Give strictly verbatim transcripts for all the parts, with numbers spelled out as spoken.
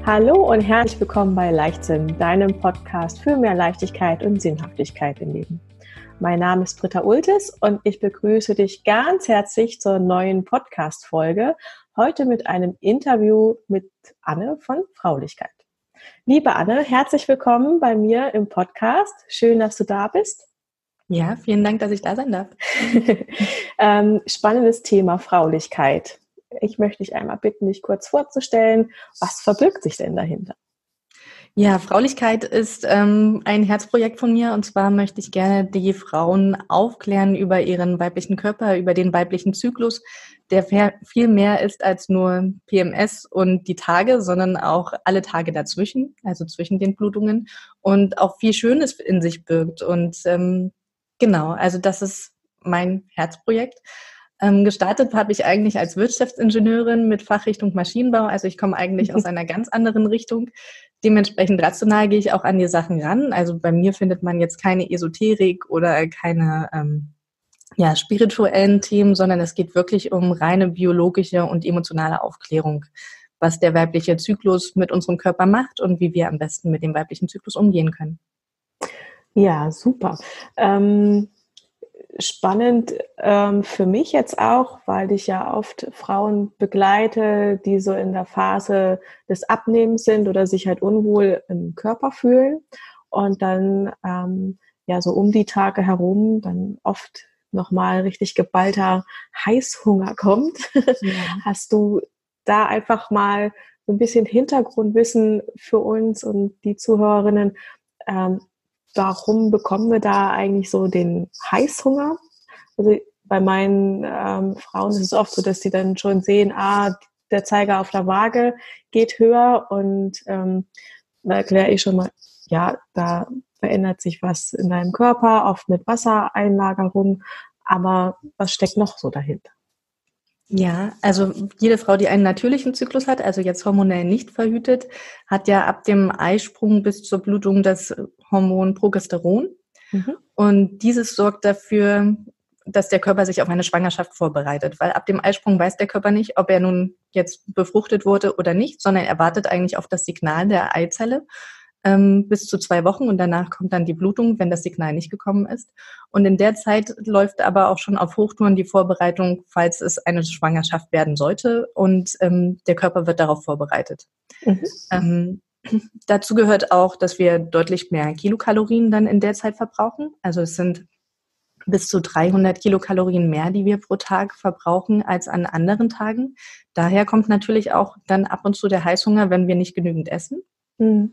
Hallo und herzlich willkommen bei Leichtsinn, deinem Podcast für mehr Leichtigkeit und Sinnhaftigkeit im Leben. Mein Name ist Britta Ultis und ich begrüße dich ganz herzlich zur neuen Podcast-Folge. Heute mit einem Interview mit Anne von Fraulichkeit. Liebe Anne, herzlich willkommen bei mir im Podcast. Schön, dass du da bist. Ja, vielen Dank, dass ich da sein darf. ähm, spannendes Thema Fraulichkeit. Ich möchte dich einmal bitten, dich kurz vorzustellen. Was verbirgt sich denn dahinter? Ja, Fraulichkeit ist ähm, ein Herzprojekt von mir, und zwar möchte ich gerne die Frauen aufklären über ihren weiblichen Körper, über den weiblichen Zyklus, der viel mehr ist als nur P M S und die Tage, sondern auch alle Tage dazwischen, also zwischen den Blutungen, und auch viel Schönes in sich birgt. Und ähm, genau, also das ist mein Herzprojekt. Ähm, gestartet habe ich eigentlich als Wirtschaftsingenieurin mit Fachrichtung Maschinenbau. Also ich komme eigentlich aus einer ganz anderen Richtung. Dementsprechend rational gehe ich auch an die Sachen ran. Also bei mir findet man jetzt keine Esoterik oder keine ähm, ja, spirituellen Themen, sondern es geht wirklich um reine biologische und emotionale Aufklärung, was der weibliche Zyklus mit unserem Körper macht und wie wir am besten mit dem weiblichen Zyklus umgehen können. Ja, super. Ähm Spannend ähm, für mich jetzt auch, weil ich ja oft Frauen begleite, die so in der Phase des Abnehmens sind oder sich halt unwohl im Körper fühlen und dann ähm, ja so um die Tage herum dann oft nochmal richtig geballter Heißhunger kommt. Ja. Hast du da einfach mal so ein bisschen Hintergrundwissen für uns und die Zuhörerinnen? Ähm, Warum bekommen wir da eigentlich so den Heißhunger? Also bei meinen ähm, Frauen ist es oft so, dass sie dann schon sehen, ah, der Zeiger auf der Waage geht höher und ähm, da erkläre ich schon mal, ja, da verändert sich was in deinem Körper, oft mit Wassereinlagerung, aber was steckt noch so dahinter? Ja, also jede Frau, die einen natürlichen Zyklus hat, also jetzt hormonell nicht verhütet, hat ja ab dem Eisprung bis zur Blutung das Hormon Progesteron. Mhm. Und dieses sorgt dafür, dass der Körper sich auf eine Schwangerschaft vorbereitet, weil ab dem Eisprung weiß der Körper nicht, ob er nun jetzt befruchtet wurde oder nicht, sondern er wartet eigentlich auf das Signal der Eizelle ähm, bis zu zwei Wochen und danach kommt dann die Blutung, wenn das Signal nicht gekommen ist. Und in der Zeit läuft aber auch schon auf Hochtouren die Vorbereitung, falls es eine Schwangerschaft werden sollte, und ähm, der Körper wird darauf vorbereitet. Mhm. Ähm, dazu gehört auch, dass wir deutlich mehr Kilokalorien dann in der Zeit verbrauchen. Also es sind bis zu dreihundert Kilokalorien mehr, die wir pro Tag verbrauchen als an anderen Tagen. Daher kommt natürlich auch dann ab und zu der Heißhunger, wenn wir nicht genügend essen. Mhm.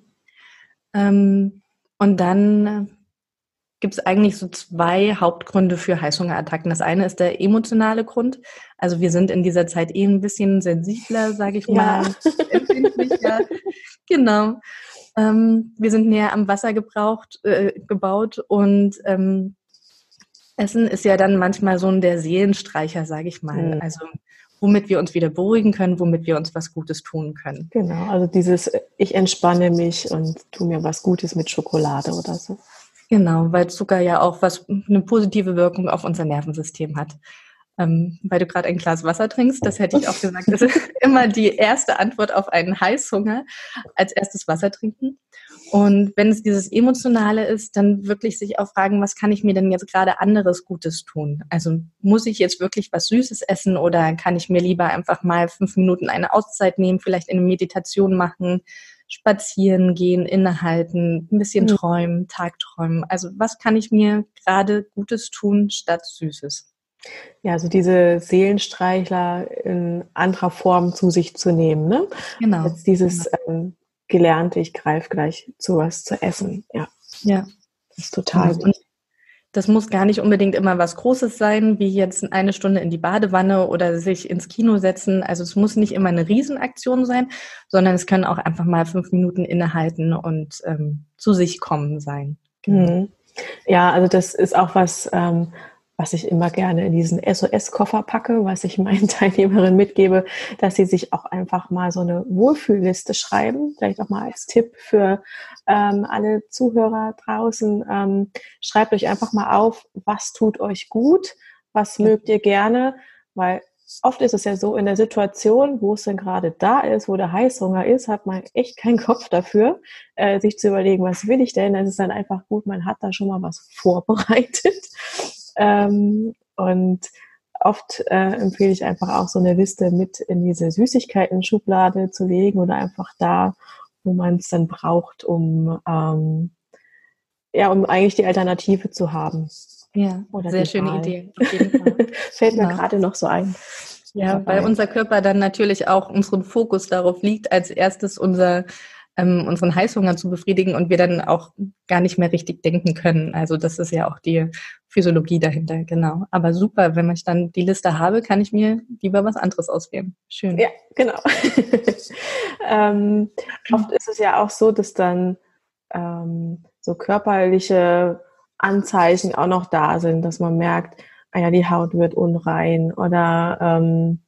Ähm, und dann gibt es eigentlich so zwei Hauptgründe für Heißhungerattacken. Das eine ist der emotionale Grund. Also wir sind in dieser Zeit eh ein bisschen sensibler, sage ich mal. Ja. Empfindlicher. Genau. Ähm, wir sind näher am Wasser gebraucht, äh, gebaut und ähm, Essen ist ja dann manchmal so ein der Seelenstreicher, sage ich mal. Mhm. Also womit wir uns wieder beruhigen können, womit wir uns was Gutes tun können. Genau, also dieses ich entspanne mich und tu mir was Gutes mit Schokolade oder so. Genau, weil Zucker ja auch was eine positive Wirkung auf unser Nervensystem hat. Ähm, weil du gerade ein Glas Wasser trinkst, das hätte ich auch gesagt, das ist immer die erste Antwort auf einen Heißhunger, als erstes Wasser trinken. Und wenn es dieses Emotionale ist, dann wirklich sich auch fragen, was kann ich mir denn jetzt gerade anderes Gutes tun? Also muss ich jetzt wirklich was Süßes essen oder kann ich mir lieber einfach mal fünf Minuten eine Auszeit nehmen, vielleicht eine Meditation machen, spazieren gehen, innehalten, ein bisschen träumen, Tagträumen. Also was kann ich mir gerade Gutes tun statt Süßes? Ja, also diese Seelenstreichler in anderer Form zu sich zu nehmen, ne? Genau. Jetzt dieses ähm, Gelernte, ich greife gleich zu was zu essen. Ja, ja. Das ist total genau. Und das muss gar nicht unbedingt immer was Großes sein, wie jetzt eine Stunde in die Badewanne oder sich ins Kino setzen. Also es muss nicht immer eine Riesenaktion sein, sondern es können auch einfach mal fünf Minuten innehalten und ähm, zu sich kommen sein. Genau. Ja, also das ist auch was, ähm, was ich immer gerne in diesen S O S-Koffer packe, was ich meinen Teilnehmerinnen mitgebe, dass sie sich auch einfach mal so eine Wohlfühlliste schreiben. Vielleicht auch mal als Tipp für ähm, alle Zuhörer draußen. Ähm, schreibt euch einfach mal auf, was tut euch gut, was ja. mögt ihr gerne, weil oft ist es ja so, in der Situation, wo es denn gerade da ist, wo der Heißhunger ist, hat man echt keinen Kopf dafür, äh, sich zu überlegen, was will ich denn? Es ist dann einfach gut, man hat da schon mal was vorbereitet. Ähm, und oft äh, empfehle ich einfach auch so eine Liste mit in diese Süßigkeiten-Schublade zu legen oder einfach da, wo man es dann braucht, um ähm, ja, um eigentlich die Alternative zu haben. Ja, oder sehr die schöne Wahl. Idee, auf jeden Fall. Fällt mir Genau. gerade noch so ein. Ja, dabei. weil unser Körper dann natürlich auch unseren Fokus darauf liegt, als erstes unser, ähm, unseren Heißhunger zu befriedigen und wir dann auch gar nicht mehr richtig denken können. Also das ist ja auch die Physiologie dahinter, genau. Aber super, wenn ich dann die Liste habe, kann ich mir lieber was anderes auswählen. Schön. Ja, genau. ähm, oft ist es ja auch so, dass dann ähm, so körperliche Anzeichen auch noch da sind, dass man merkt, ah ja, die Haut wird unrein oder ähm,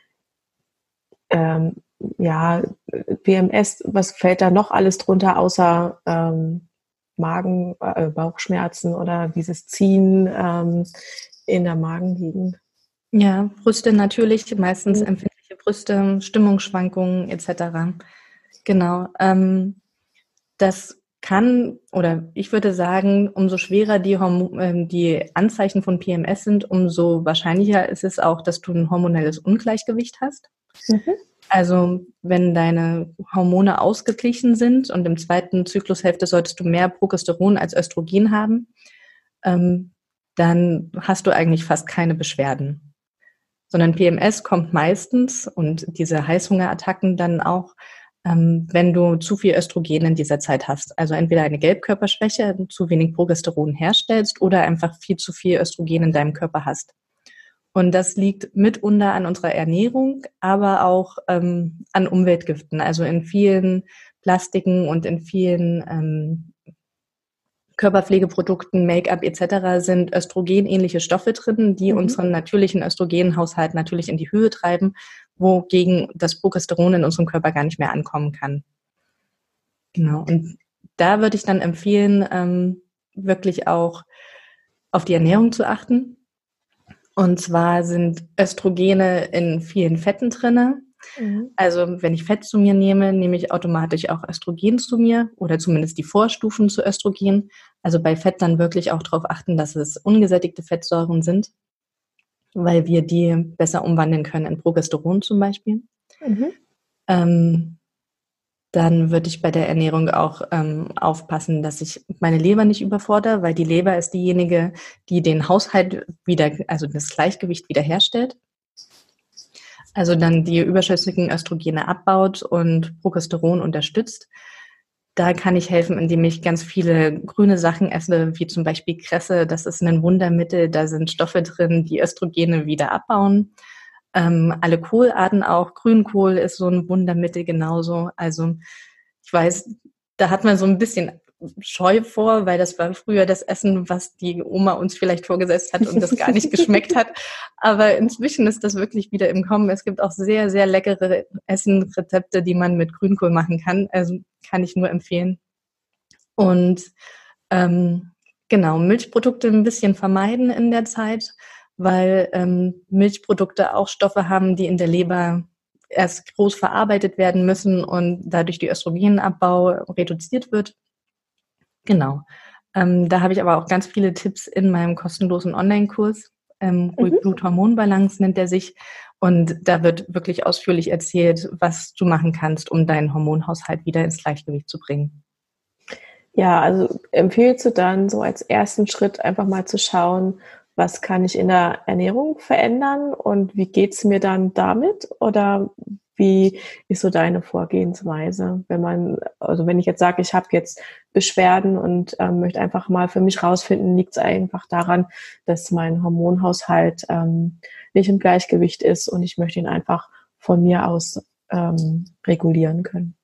ähm, ja, P M S, was fällt da noch alles drunter, außer ähm, Magen, äh, Bauchschmerzen oder dieses Ziehen ähm, in der Magengegend? Ja, Brüste natürlich, meistens Mhm. empfindliche Brüste, Stimmungsschwankungen et cetera. Genau. Ähm, das kann, oder ich würde sagen, umso schwerer die, Hormo- ähm, die Anzeichen von P M S sind, umso wahrscheinlicher ist es auch, dass du ein hormonelles Ungleichgewicht hast. Mhm. Also wenn deine Hormone ausgeglichen sind und im zweiten Zyklushälfte solltest du mehr Progesteron als Östrogen haben, ähm, dann hast du eigentlich fast keine Beschwerden. Sondern P M S kommt meistens und diese Heißhungerattacken dann auch, ähm, wenn du zu viel Östrogen in dieser Zeit hast. Also entweder eine Gelbkörperschwäche, zu wenig Progesteron herstellst oder einfach viel zu viel Östrogen in deinem Körper hast. Und das liegt mitunter an unserer Ernährung, aber auch ähm, an Umweltgiften. Also in vielen Plastiken und in vielen ähm, Körperpflegeprodukten, Make-up et cetera sind östrogenähnliche Stoffe drin, die Mhm. unseren natürlichen Östrogenhaushalt natürlich in die Höhe treiben, wogegen das Progesteron in unserem Körper gar nicht mehr ankommen kann. Genau. Und da würde ich dann empfehlen, ähm, wirklich auch auf die Ernährung zu achten. Und zwar sind Östrogene in vielen Fetten drinne. Mhm. Also wenn ich Fett zu mir nehme, nehme ich automatisch auch Östrogen zu mir oder zumindest die Vorstufen zu Östrogen. Also bei Fett dann wirklich auch darauf achten, dass es ungesättigte Fettsäuren sind, weil wir die besser umwandeln können in Progesteron zum Beispiel. Mhm. Ähm, dann würde ich bei der Ernährung auch ähm, aufpassen, dass ich meine Leber nicht überfordere, weil die Leber ist diejenige, die den Haushalt wieder, also das Gleichgewicht wiederherstellt. Also dann die überschüssigen Östrogene abbaut und Progesteron unterstützt. Da kann ich helfen, indem ich ganz viele grüne Sachen esse, wie zum Beispiel Kresse. Das ist ein Wundermittel, da sind Stoffe drin, die Östrogene wieder abbauen. Ähm, alle Kohlarten auch. Grünkohl ist so ein Wundermittel genauso. Also ich weiß, da hat man so ein bisschen Scheu vor, weil das war früher das Essen, was die Oma uns vielleicht vorgesetzt hat und das gar nicht geschmeckt hat. Aber inzwischen ist das wirklich wieder im Kommen. Es gibt auch sehr, sehr leckere Essenrezepte, die man mit Grünkohl machen kann. Also kann ich nur empfehlen. Und ähm, genau, Milchprodukte ein bisschen vermeiden in der Zeit, weil ähm, Milchprodukte auch Stoffe haben, die in der Leber erst groß verarbeitet werden müssen und dadurch der Östrogenabbau reduziert wird. Genau. Ähm, da habe ich aber auch ganz viele Tipps in meinem kostenlosen Online-Kurs. Ähm, Mhm. Ruhig-Blut-Hormonbalance nennt er sich. Und da wird wirklich ausführlich erzählt, was du machen kannst, um deinen Hormonhaushalt wieder ins Gleichgewicht zu bringen. Ja, also empfiehlst du dann so als ersten Schritt einfach mal zu schauen, was kann ich in der Ernährung verändern und wie geht's mir dann damit? Oder wie ist so deine Vorgehensweise, wenn man, also wenn ich jetzt sage, ich habe jetzt Beschwerden und ähm, möchte einfach mal für mich rausfinden, liegt es einfach daran, dass mein Hormonhaushalt ähm, nicht im Gleichgewicht ist und ich möchte ihn einfach von mir aus ähm, regulieren können.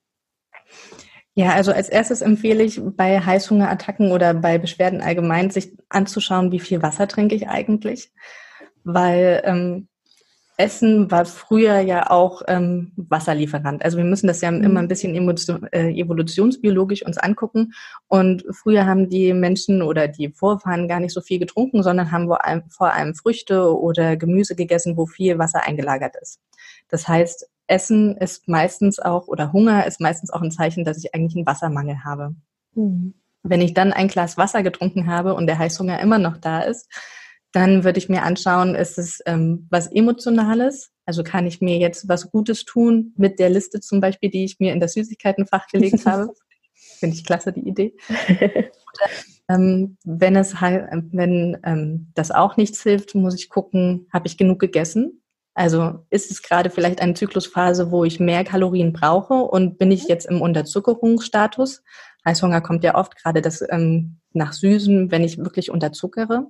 Ja, also als erstes empfehle ich bei Heißhungerattacken oder bei Beschwerden allgemein, sich anzuschauen, wie viel Wasser trinke ich eigentlich. Weil ähm, Essen war früher ja auch ähm, Wasserlieferant. Also wir müssen das ja mhm. immer ein bisschen emotion, äh, evolutionsbiologisch uns angucken. Und früher haben die Menschen oder die Vorfahren gar nicht so viel getrunken, sondern haben vor allem, vor allem Früchte oder Gemüse gegessen, wo viel Wasser eingelagert ist. Das heißt, Essen ist meistens auch, oder Hunger ist meistens auch ein Zeichen, dass ich eigentlich einen Wassermangel habe. Mhm. Wenn ich dann ein Glas Wasser getrunken habe und der Heißhunger immer noch da ist, dann würde ich mir anschauen, ist es ähm, was Emotionales? Also kann ich mir jetzt was Gutes tun mit der Liste zum Beispiel, die ich mir in das Süßigkeitenfach gelegt habe? Finde ich klasse, die Idee. Oder, ähm, wenn es wenn ähm, das auch nichts hilft, muss ich gucken, habe ich genug gegessen? Also ist es gerade vielleicht eine Zyklusphase, wo ich mehr Kalorien brauche und bin ich jetzt im Unterzuckerungsstatus? Heißhunger kommt ja oft gerade das ähm, nach Süßem, wenn ich wirklich unterzuckere.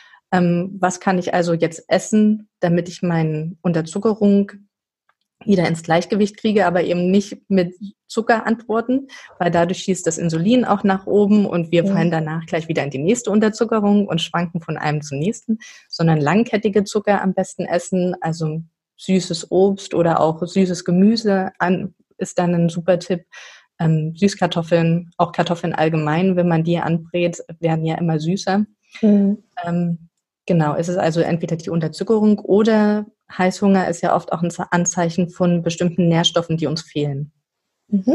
Ähm, was kann ich also jetzt essen, damit ich meine Unterzuckerung wieder ins Gleichgewicht kriege, aber eben nicht mit Zucker antworten, weil dadurch schießt das Insulin auch nach oben und wir fallen danach gleich wieder in die nächste Unterzuckerung und schwanken von einem zum nächsten, sondern langkettige Zucker am besten essen, also süßes Obst oder auch süßes Gemüse an, ist dann ein super Tipp. Ähm, Süßkartoffeln, auch Kartoffeln allgemein, wenn man die anbrät, werden ja immer süßer. Mhm. Ähm, Genau, es ist also entweder die Unterzuckerung oder Heißhunger ist ja oft auch ein Anzeichen von bestimmten Nährstoffen, die uns fehlen. Mhm.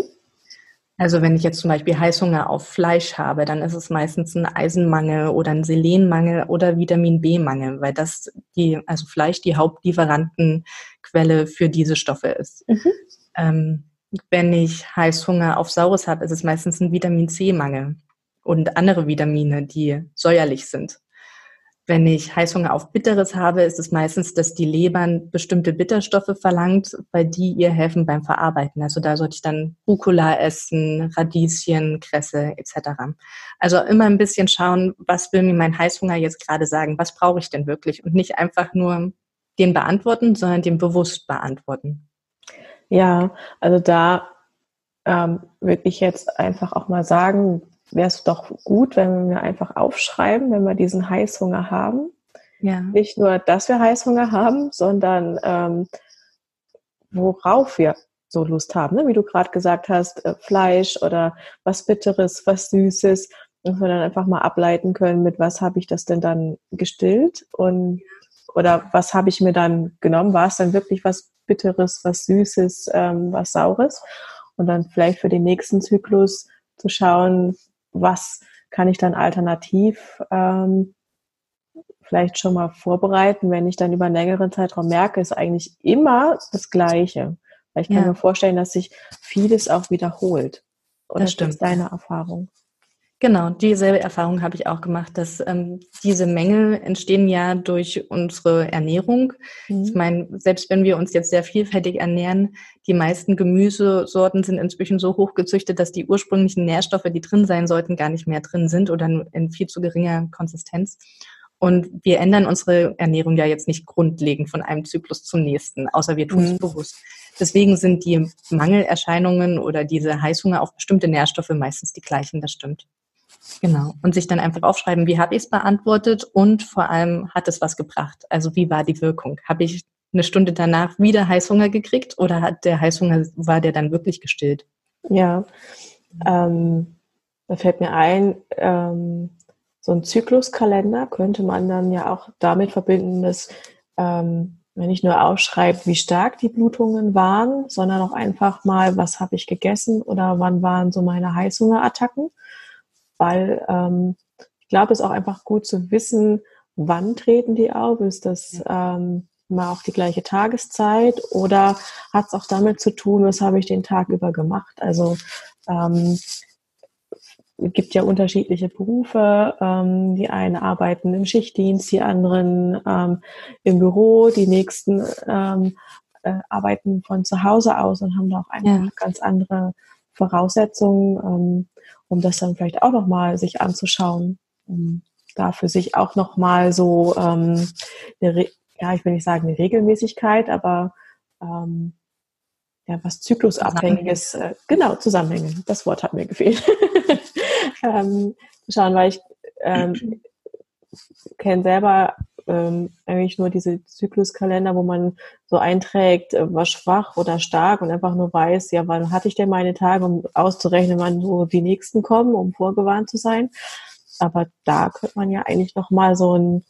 Also wenn ich jetzt zum Beispiel Heißhunger auf Fleisch habe, dann ist es meistens ein Eisenmangel oder ein Selenmangel oder Vitamin B-Mangel, weil das die, also Fleisch die Hauptlieferantenquelle für diese Stoffe ist. Mhm. Ähm, wenn ich Heißhunger auf Saures habe, ist es meistens ein Vitamin C-Mangel und andere Vitamine, die säuerlich sind. Wenn ich Heißhunger auf Bitteres habe, ist es meistens, dass die Leber bestimmte Bitterstoffe verlangt, weil die ihr helfen beim Verarbeiten. Also da sollte ich dann Rucola essen, Radieschen, Kresse et cetera. Also immer ein bisschen schauen, was will mir mein Heißhunger jetzt gerade sagen? Was brauche ich denn wirklich? Und nicht einfach nur den beantworten, sondern den bewusst beantworten. Ja, also da ähm, würde ich jetzt einfach auch mal sagen, wäre es doch gut, wenn wir einfach aufschreiben, wenn wir diesen Heißhunger haben. Ja. Nicht nur, dass wir Heißhunger haben, sondern ähm, worauf wir so Lust haben. Ne? Wie du gerade gesagt hast, äh, Fleisch oder was Bitteres, was Süßes. Und wir dann einfach mal ableiten können, mit was habe ich das denn dann gestillt und oder was habe ich mir dann genommen? War es dann wirklich was Bitteres, was Süßes, ähm, was Saures? Und dann vielleicht für den nächsten Zyklus zu schauen, was kann ich dann alternativ ähm, vielleicht schon mal vorbereiten, wenn ich dann über einen längeren Zeitraum merke, ist eigentlich immer das Gleiche. Weil ich kann ja. mir vorstellen, dass sich vieles auch wiederholt. Oder das stimmt. Ist deine Erfahrung? Genau, dieselbe Erfahrung habe ich auch gemacht, dass ähm, diese Mängel entstehen ja durch unsere Ernährung. Mhm. Ich meine, selbst wenn wir uns jetzt sehr vielfältig ernähren, die meisten Gemüsesorten sind inzwischen so hochgezüchtet, dass die ursprünglichen Nährstoffe, die drin sein sollten, gar nicht mehr drin sind oder in viel zu geringer Konsistenz. Und wir ändern unsere Ernährung ja jetzt nicht grundlegend von einem Zyklus zum nächsten, außer wir tun es mhm. bewusst. Deswegen sind die Mangelerscheinungen oder diese Heißhunger auf bestimmte Nährstoffe meistens die gleichen, das stimmt. Genau. Und sich dann einfach aufschreiben, wie habe ich es beantwortet und vor allem, hat es was gebracht? Also wie war die Wirkung? Habe ich eine Stunde danach wieder Heißhunger gekriegt oder hat der Heißhunger, war der dann wirklich gestillt? Ja, ähm, da fällt mir ein, ähm, so ein Zykluskalender könnte man dann ja auch damit verbinden, dass ähm, wenn ich nur aufschreibe, wie stark die Blutungen waren, sondern auch einfach mal, was habe ich gegessen oder wann waren so meine Heißhungerattacken. Weil ähm, ich glaube, es ist auch einfach gut zu wissen, wann treten die auf. Ist das ähm, immer auch die gleiche Tageszeit oder hat es auch damit zu tun, was habe ich den Tag über gemacht? Also ähm, es gibt ja unterschiedliche Berufe. Ähm, die einen arbeiten im Schichtdienst, die anderen ähm, im Büro, die nächsten ähm, äh, arbeiten von zu Hause aus und haben da auch einfach ja. ganz andere Voraussetzungen, ähm, um das dann vielleicht auch nochmal sich anzuschauen, um da für sich auch nochmal so ähm, eine, Re- ja, ich will nicht sagen eine Regelmäßigkeit, aber ähm, ja, was Zyklusabhängiges, äh, genau, Zusammenhänge, das Wort hat mir gefehlt. ähm, schauen, weil ich ähm, kenne selber ähm, eigentlich nur diese Zykluskalender, wo man so einträgt, äh, war schwach oder stark und einfach nur weiß, ja, wann hatte ich denn meine Tage, um auszurechnen, wann so die nächsten kommen, um vorgewarnt zu sein. Aber da könnte man ja eigentlich nochmal so ein,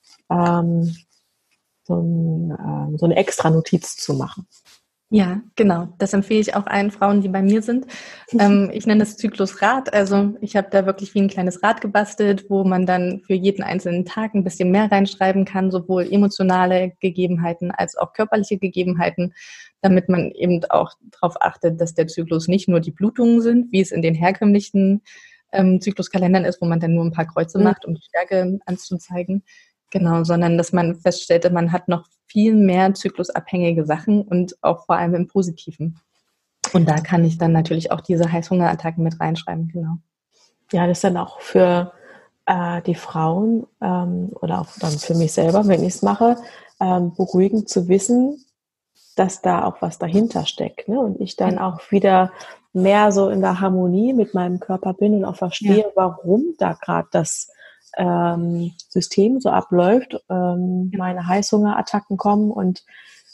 ähm, so, ein, ähm, so eine extra Notiz zu machen. Ja, genau. Das empfehle ich auch allen Frauen, die bei mir sind. Ähm, ich nenne das Zyklusrad. Also ich habe da wirklich wie ein kleines Rad gebastelt, wo man dann für jeden einzelnen Tag ein bisschen mehr reinschreiben kann, sowohl emotionale Gegebenheiten als auch körperliche Gegebenheiten, damit man eben auch darauf achtet, dass der Zyklus nicht nur die Blutungen sind, wie es in den herkömmlichen ähm, Zykluskalendern ist, wo man dann nur ein paar Kreuze Mhm. macht, um die Stärke anzuzeigen. Genau, sondern dass man feststellte, man hat noch viel mehr zyklusabhängige Sachen und auch vor allem im Positiven. Und da kann ich dann natürlich auch diese Heißhungerattacken mit reinschreiben, genau. Ja, das ist dann auch für äh, die Frauen ähm, oder auch dann für mich selber, wenn ich es mache, ähm, beruhigend zu wissen, dass da auch was dahinter steckt. Ne? Und ich dann auch wieder mehr so in der Harmonie mit meinem Körper bin und auch verstehe, ja, warum da gerade das ähm, System so abläuft, ähm, ja, meine Heißhungerattacken kommen und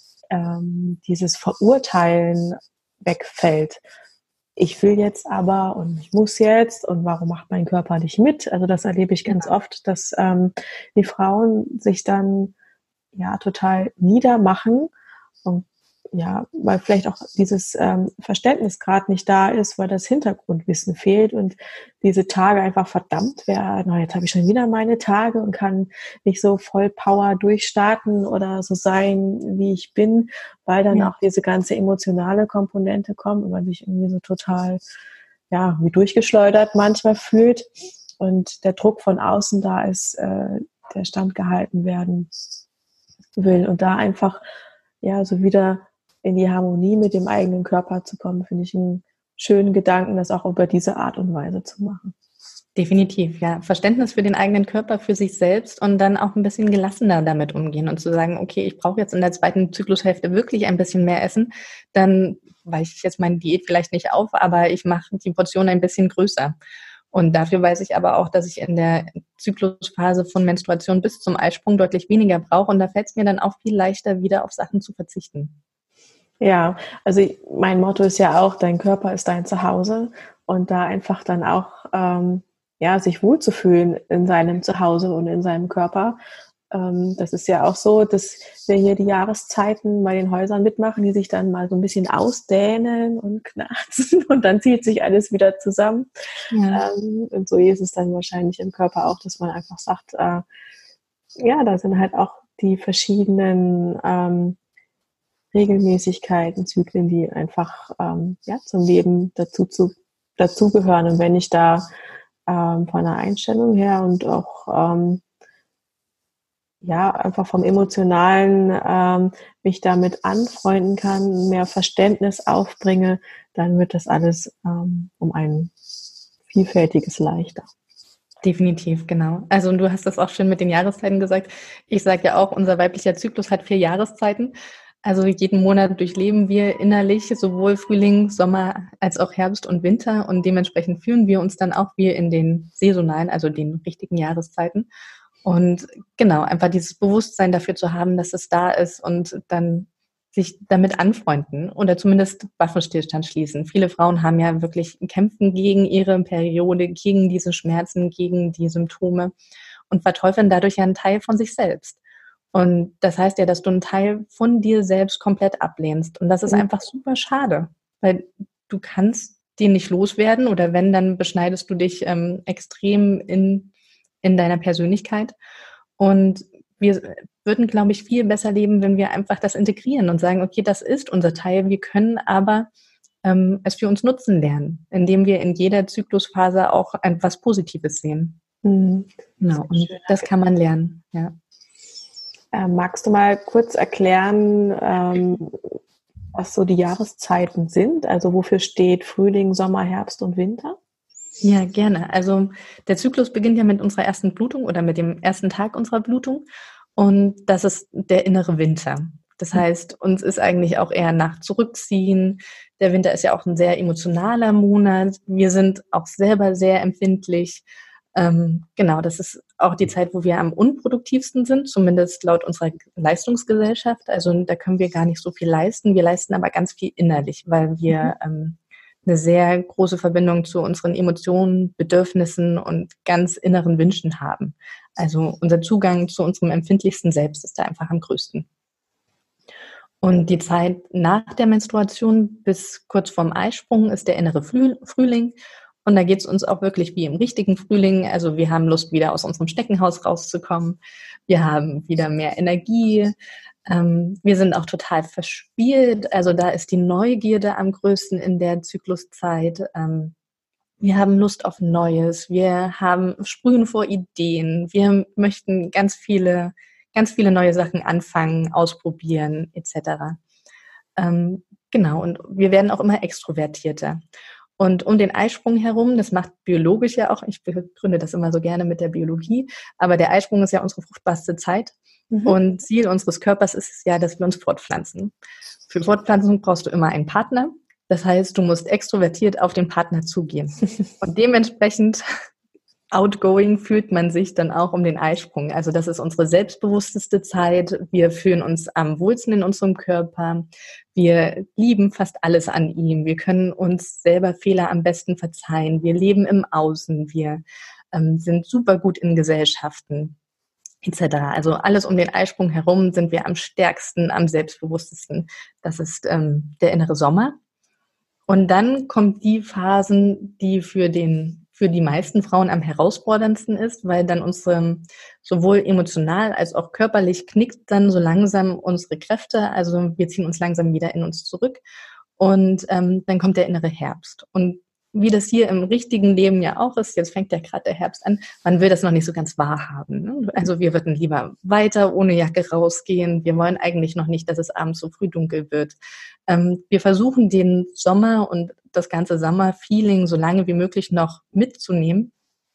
ähm, dieses Verurteilen wegfällt. Ich will jetzt aber und ich muss jetzt und warum macht mein Körper nicht mit? Also das erlebe ich ganz ja. oft, dass ähm, die Frauen sich dann ja total niedermachen und ja, weil vielleicht auch dieses ähm, Verständnis gerade nicht da ist, weil das Hintergrundwissen fehlt und diese Tage einfach verdammt werden. Jetzt habe ich schon wieder meine Tage und kann nicht so voll Power durchstarten oder so sein, wie ich bin, weil dann ja. auch diese ganze emotionale Komponente kommt und man sich irgendwie so total, ja, wie durchgeschleudert manchmal fühlt und der Druck von außen da ist, äh, der standgehalten werden will und da einfach, ja, so wieder in die Harmonie mit dem eigenen Körper zu kommen, finde ich einen schönen Gedanken, das auch über diese Art und Weise zu machen. Definitiv, ja. Verständnis für den eigenen Körper, für sich selbst und dann auch ein bisschen gelassener damit umgehen und zu sagen, okay, ich brauche jetzt in der zweiten Zyklushälfte wirklich ein bisschen mehr Essen, dann weiche ich jetzt meine Diät vielleicht nicht auf, aber ich mache die Portion ein bisschen größer. Und dafür weiß ich aber auch, dass ich in der Zyklusphase von Menstruation bis zum Eisprung deutlich weniger brauche und da fällt es mir dann auch viel leichter, wieder auf Sachen zu verzichten. Ja, also mein Motto ist ja auch, dein Körper ist dein Zuhause und da einfach dann auch ähm, ja, sich wohlzufühlen in seinem Zuhause und in seinem Körper. Ähm, das ist ja auch so, dass wir hier die Jahreszeiten bei den Häusern mitmachen, die sich dann mal so ein bisschen ausdehnen und knarzen und dann zieht sich alles wieder zusammen. Ja. Ähm, und so ist es dann wahrscheinlich im Körper auch, dass man einfach sagt, äh, ja, da sind halt auch die verschiedenen ähm, Regelmäßigkeiten, Zyklen, die einfach ähm, ja, zum Leben dazu zu, dazugehören. Und wenn ich da ähm, von der Einstellung her und auch ähm, ja einfach vom Emotionalen ähm, mich damit anfreunden kann, mehr Verständnis aufbringe, dann wird das alles ähm, um ein Vielfältiges leichter. Definitiv, genau. Also und du hast das auch schön mit den Jahreszeiten gesagt. Ich sage ja auch, unser weiblicher Zyklus hat vier Jahreszeiten. Also jeden Monat durchleben wir innerlich sowohl Frühling, Sommer als auch Herbst und Winter und dementsprechend fühlen wir uns dann auch wie in den saisonalen, also den richtigen Jahreszeiten. Und genau, einfach dieses Bewusstsein dafür zu haben, dass es da ist und dann sich damit anfreunden oder zumindest Waffenstillstand schließen. Viele Frauen haben ja wirklich kämpfen gegen ihre Periode, gegen diese Schmerzen, gegen die Symptome und verteufeln dadurch ja einen Teil von sich selbst. Und das heißt ja, dass du einen Teil von dir selbst komplett ablehnst. Und das ist einfach super schade, weil du kannst den nicht loswerden oder wenn, dann beschneidest du dich ähm, extrem in, in deiner Persönlichkeit. Und wir würden, glaube ich, viel besser leben, wenn wir einfach das integrieren und sagen, okay, das ist unser Teil. Wir können aber ähm, es für uns nutzen lernen, indem wir in jeder Zyklusphase auch etwas Positives sehen. Mhm. Genau, und das kann man lernen, ja. Ähm, magst du mal kurz erklären, ähm, was so die Jahreszeiten sind? Also wofür steht Frühling, Sommer, Herbst und Winter? Ja, gerne. Also der Zyklus beginnt ja mit unserer ersten Blutung oder mit dem ersten Tag unserer Blutung und das ist der innere Winter. Das heißt, uns ist eigentlich auch eher nach Zurückziehen. Der Winter ist ja auch ein sehr emotionaler Monat. Wir sind auch selber sehr empfindlich. Ähm, genau, das ist auch die Zeit, wo wir am unproduktivsten sind, zumindest laut unserer Leistungsgesellschaft. Also da können wir gar nicht so viel leisten. Wir leisten aber ganz viel innerlich, weil wir ähm, eine sehr große Verbindung zu unseren Emotionen, Bedürfnissen und ganz inneren Wünschen haben. Also unser Zugang zu unserem empfindlichsten Selbst ist da einfach am größten. Und die Zeit nach der Menstruation bis kurz vorm Eisprung ist der innere Frühling. Und da geht es uns auch wirklich wie im richtigen Frühling. Also wir haben Lust, wieder aus unserem Schneckenhaus rauszukommen. Wir haben wieder mehr Energie. Ähm, wir sind auch total verspielt. Also da ist die Neugierde am größten in der Zykluszeit. Ähm, wir haben Lust auf Neues. Wir haben sprühen vor Ideen. Wir möchten ganz viele, ganz viele neue Sachen anfangen, ausprobieren et cetera. Ähm, genau. Und wir werden auch immer extrovertierter. Und um den Eisprung herum, das macht biologisch ja auch, ich begründe das immer so gerne mit der Biologie, aber der Eisprung ist ja unsere fruchtbarste Zeit. Mhm. Und Ziel unseres Körpers ist es ja, dass wir uns fortpflanzen. Für Fortpflanzung brauchst du immer einen Partner. Das heißt, du musst extrovertiert auf den Partner zugehen. Und dementsprechend outgoing fühlt man sich dann auch um den Eisprung. Also das ist unsere selbstbewussteste Zeit. Wir fühlen uns am wohlsten in unserem Körper. Wir lieben fast alles an ihm. Wir können uns selber Fehler am besten verzeihen. Wir leben im Außen. Wir ähm, sind super gut in Gesellschaften et cetera. Also alles um den Eisprung herum sind wir am stärksten, am selbstbewusstesten. Das ist ähm, der innere Sommer. Und dann kommen die Phasen, die für den für die meisten Frauen am herausforderndsten ist, weil dann unsere sowohl emotional als auch körperlich knickt dann so langsam unsere Kräfte. Also wir ziehen uns langsam wieder in uns zurück und ähm, dann kommt der innere Herbst. Und wie das hier im richtigen Leben ja auch ist, jetzt fängt ja gerade der Herbst an, man will das noch nicht so ganz wahrhaben. Ne? Also wir würden lieber weiter ohne Jacke rausgehen. Wir wollen eigentlich noch nicht, dass es abends so früh dunkel wird. Ähm, wir versuchen den Sommer und das ganze Sommerfeeling so lange wie möglich noch mitzunehmen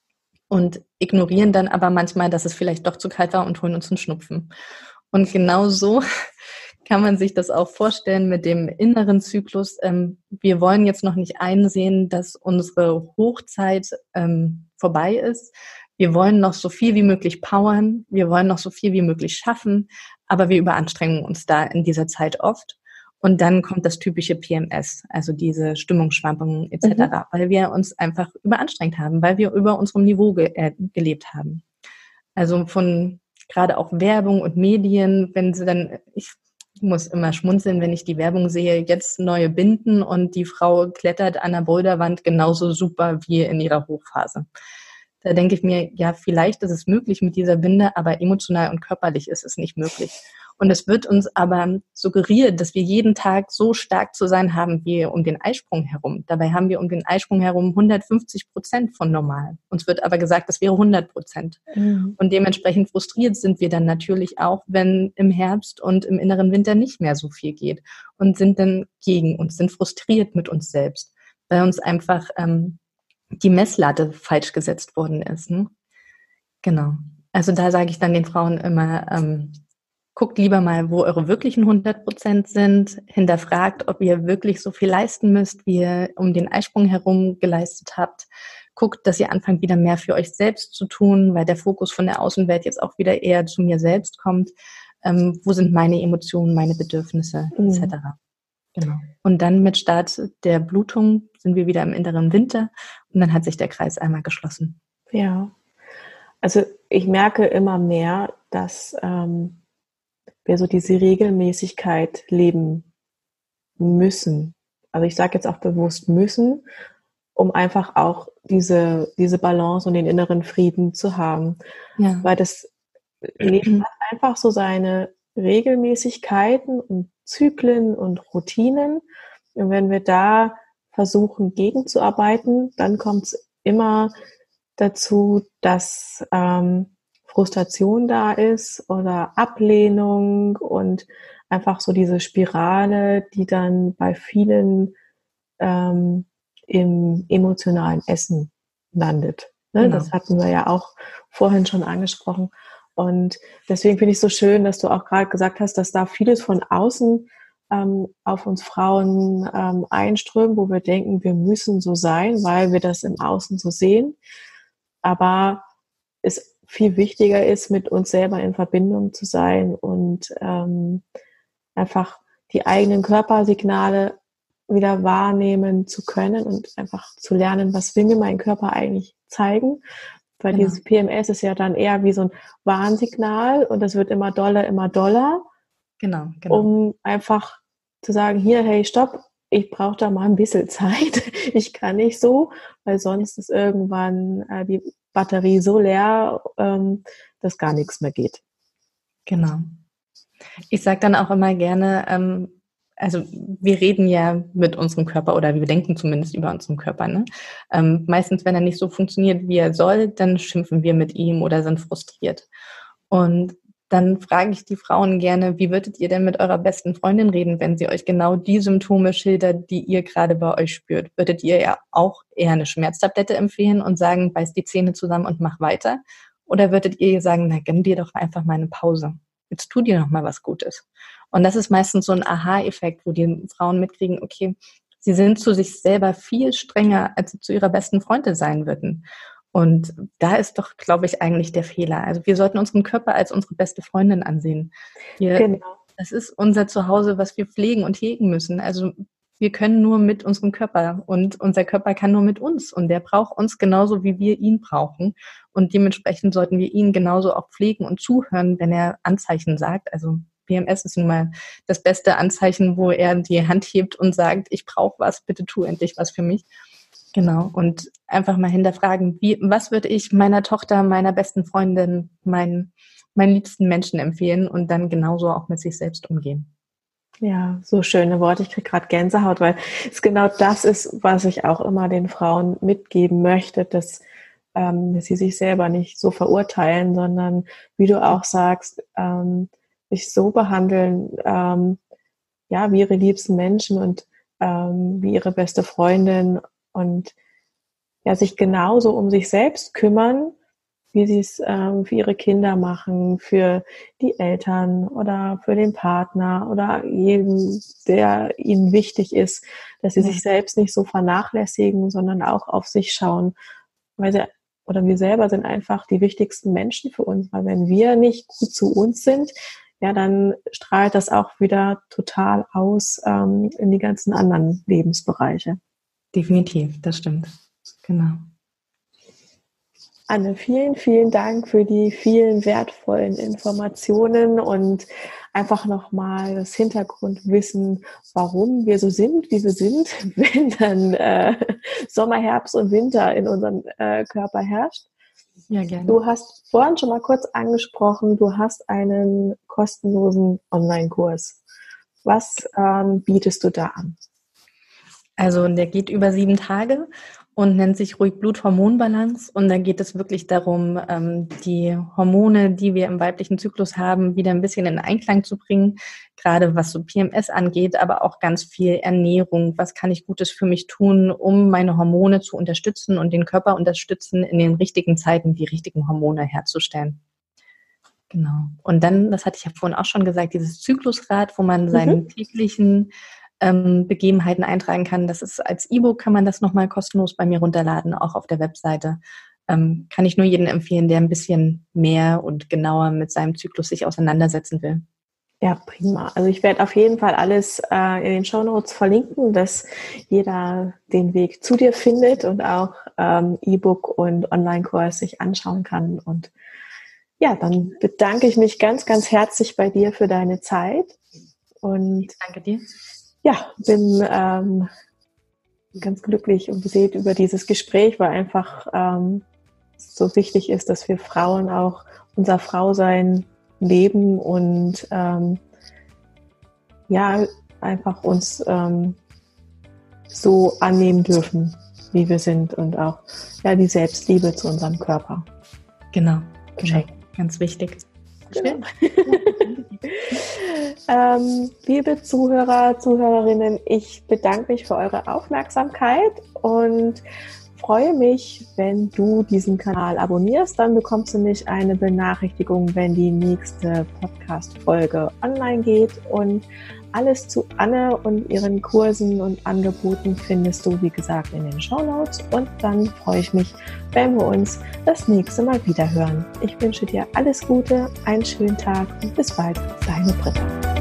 und ignorieren dann aber manchmal, dass es vielleicht doch zu kalt war und holen uns einen Schnupfen. Und genau so kann man sich das auch vorstellen mit dem inneren Zyklus. Ähm, wir wollen jetzt noch nicht einsehen, dass unsere Hochzeit ähm, vorbei ist. Wir wollen noch so viel wie möglich powern. Wir wollen noch so viel wie möglich schaffen. Aber wir überanstrengen uns da in dieser Zeit oft. Und dann kommt das typische P M S, also diese Stimmungsschwankungen et cetera, mhm. weil wir uns einfach überanstrengt haben, weil wir über unserem Niveau ge- äh, gelebt haben. Also von gerade auch Werbung und Medien, wenn sie dann, ich muss immer schmunzeln, wenn ich die Werbung sehe, jetzt neue Binden und die Frau klettert an der Boulderwand genauso super wie in ihrer Hochphase. Da denke ich mir, ja, vielleicht ist es möglich mit dieser Binde, aber emotional und körperlich ist es nicht möglich. Und es wird uns aber suggeriert, dass wir jeden Tag so stark zu sein haben wie um den Eisprung herum. Dabei haben wir um den Eisprung herum hundertfünfzig Prozent von normal. Uns wird aber gesagt, das wäre hundert Prozent. Mhm. Und dementsprechend frustriert sind wir dann natürlich auch, wenn im Herbst und im inneren Winter nicht mehr so viel geht und sind dann gegen uns, sind frustriert mit uns selbst, weil uns einfach ähm, die Messlatte falsch gesetzt worden ist. Ne? Genau. Also da sage ich dann den Frauen immer, ähm, guckt lieber mal, wo eure wirklichen hundert Prozent sind, hinterfragt, ob ihr wirklich so viel leisten müsst, wie ihr um den Eisprung herum geleistet habt. Guckt, dass ihr anfangt, wieder mehr für euch selbst zu tun, weil der Fokus von der Außenwelt jetzt auch wieder eher zu mir selbst kommt. Ähm, wo sind meine Emotionen, meine Bedürfnisse mhm. et cetera. Genau. Und dann mit Start der Blutung sind wir wieder im inneren Winter und dann hat sich der Kreis einmal geschlossen. Ja, also ich merke immer mehr, dass ähm, wir so diese Regelmäßigkeit leben müssen. Also ich sage jetzt auch bewusst müssen, um einfach auch diese, diese Balance und den inneren Frieden zu haben. Ja. Weil das Leben hat einfach so seine Regelmäßigkeiten und Zyklen und Routinen. Und wenn wir da versuchen, gegenzuarbeiten, dann kommt es immer dazu, dass ähm, Frustration da ist oder Ablehnung und einfach so diese Spirale, die dann bei vielen ähm, im emotionalen Essen landet. Ne? Genau. Das hatten wir ja auch vorhin schon angesprochen. Und deswegen finde ich es so schön, dass du auch gerade gesagt hast, dass da vieles von außen ähm, auf uns Frauen ähm, einströmt, wo wir denken, wir müssen so sein, weil wir das im Außen so sehen. aber es viel wichtiger ist, mit uns selber in Verbindung zu sein und ähm, einfach die eigenen Körpersignale wieder wahrnehmen zu können und einfach zu lernen, was will mir mein Körper eigentlich zeigen. Weil genau. Dieses P M S ist ja dann eher wie so ein Warnsignal und das wird immer doller, immer doller. Genau, genau. Um einfach zu sagen, hier, hey, stopp, ich brauche da mal ein bisschen Zeit. Ich kann nicht so, weil sonst ist irgendwann äh, die Batterie so leer, ähm, dass gar nichts mehr geht. Genau. Ich sage dann auch immer gerne, ähm, also wir reden ja mit unserem Körper oder wir denken zumindest über unseren Körper. Ne? Ähm, meistens, wenn er nicht so funktioniert, wie er soll, dann schimpfen wir mit ihm oder sind frustriert. Und dann frage ich die Frauen gerne, wie würdet ihr denn mit eurer besten Freundin reden, wenn sie euch genau die Symptome schildert, die ihr gerade bei euch spürt? Würdet ihr ja auch eher eine Schmerztablette empfehlen und sagen, beiß die Zähne zusammen und mach weiter? Oder würdet ihr sagen, na, gönn dir doch einfach mal eine Pause. Jetzt tu dir noch mal was Gutes. Und das ist meistens so ein Aha-Effekt, wo die Frauen mitkriegen, okay, sie sind zu sich selber viel strenger, als sie zu ihrer besten Freundin sein würden. Und da ist doch, glaube ich, eigentlich der Fehler. Also wir sollten unseren Körper als unsere beste Freundin ansehen. Wir, genau. Das ist unser Zuhause, was wir pflegen und hegen müssen. Also wir können nur mit unserem Körper und unser Körper kann nur mit uns. Und der braucht uns genauso, wie wir ihn brauchen. Und dementsprechend sollten wir ihn genauso auch pflegen und zuhören, wenn er Anzeichen sagt. Also P M S ist nun mal das beste Anzeichen, wo er die Hand hebt und sagt, ich brauche was, bitte tu endlich was für mich. Genau, und einfach mal hinterfragen, wie, was würde ich meiner Tochter, meiner besten Freundin, meinen, meinen liebsten Menschen empfehlen und dann genauso auch mit sich selbst umgehen. Ja, so schöne Worte. Ich kriege gerade Gänsehaut, weil es genau das ist, was ich auch immer den Frauen mitgeben möchte, dass, ähm, dass sie sich selber nicht so verurteilen, sondern, wie du auch sagst, ähm, sich so behandeln, ähm, ja, wie ihre liebsten Menschen und ähm, wie ihre beste Freundin und ja, sich genauso um sich selbst kümmern, wie sie es ähm, für ihre Kinder machen, für die Eltern oder für den Partner oder jeden, der ihnen wichtig ist, dass sie ja. sich selbst nicht so vernachlässigen, sondern auch auf sich schauen, weil sie oder wir selber sind einfach die wichtigsten Menschen für uns, weil wenn wir nicht gut zu uns sind, ja, dann strahlt das auch wieder total aus ähm, in die ganzen anderen Lebensbereiche. Definitiv, das stimmt. Genau. Anne, vielen, vielen Dank für die vielen wertvollen Informationen und einfach nochmal das Hintergrundwissen, warum wir so sind, wie wir sind, wenn dann äh, Sommer, Herbst und Winter in unserem äh, Körper herrscht. Ja, gerne. Du hast vorhin schon mal kurz angesprochen, du hast einen kostenlosen Online-Kurs. Was ähm, bietest du da an? Also der geht über sieben Tage und nennt sich ruhig Blut-Hormon-Balance. Und da geht es wirklich darum, die Hormone, die wir im weiblichen Zyklus haben, wieder ein bisschen in Einklang zu bringen. Gerade was so P M S angeht, aber auch ganz viel Ernährung. Was kann ich Gutes für mich tun, um meine Hormone zu unterstützen und den Körper unterstützen, in den richtigen Zeiten die richtigen Hormone herzustellen. Genau. Und dann, das hatte ich ja vorhin auch schon gesagt, dieses Zyklusrad, wo man seinen mhm. täglichen ähm, Begebenheiten eintragen kann. Das ist als E-Book, kann man das nochmal kostenlos bei mir runterladen, auch auf der Webseite. Ähm, kann ich nur jedem empfehlen, der ein bisschen mehr und genauer mit seinem Zyklus sich auseinandersetzen will. Ja, prima. Also ich werde auf jeden Fall alles äh, in den Shownotes verlinken, dass jeder den Weg zu dir findet und auch ähm, E-Book und Online-Kurs sich anschauen kann. Und ja, dann bedanke ich mich ganz, ganz herzlich bei dir für deine Zeit. Und danke dir. Ja, bin ähm, ganz glücklich und beseelt über dieses Gespräch, weil einfach ähm, so wichtig ist, dass wir Frauen auch unser Frausein leben und ähm, ja, einfach uns ähm, so annehmen dürfen, wie wir sind und auch ja, die Selbstliebe zu unserem Körper. Genau, genau. Ganz wichtig. Genau. ähm, liebe Zuhörer, Zuhörerinnen, ich bedanke mich für eure Aufmerksamkeit und freue mich, wenn du diesen Kanal abonnierst. Dann bekommst du nicht eine Benachrichtigung, wenn die nächste Podcast-Folge online geht. Und alles zu Anne und ihren Kursen und Angeboten findest du, wie gesagt, in den Shownotes. Und dann freue ich mich, wenn wir uns das nächste Mal wieder hören. Ich wünsche dir alles Gute, einen schönen Tag und bis bald. Deine Britta.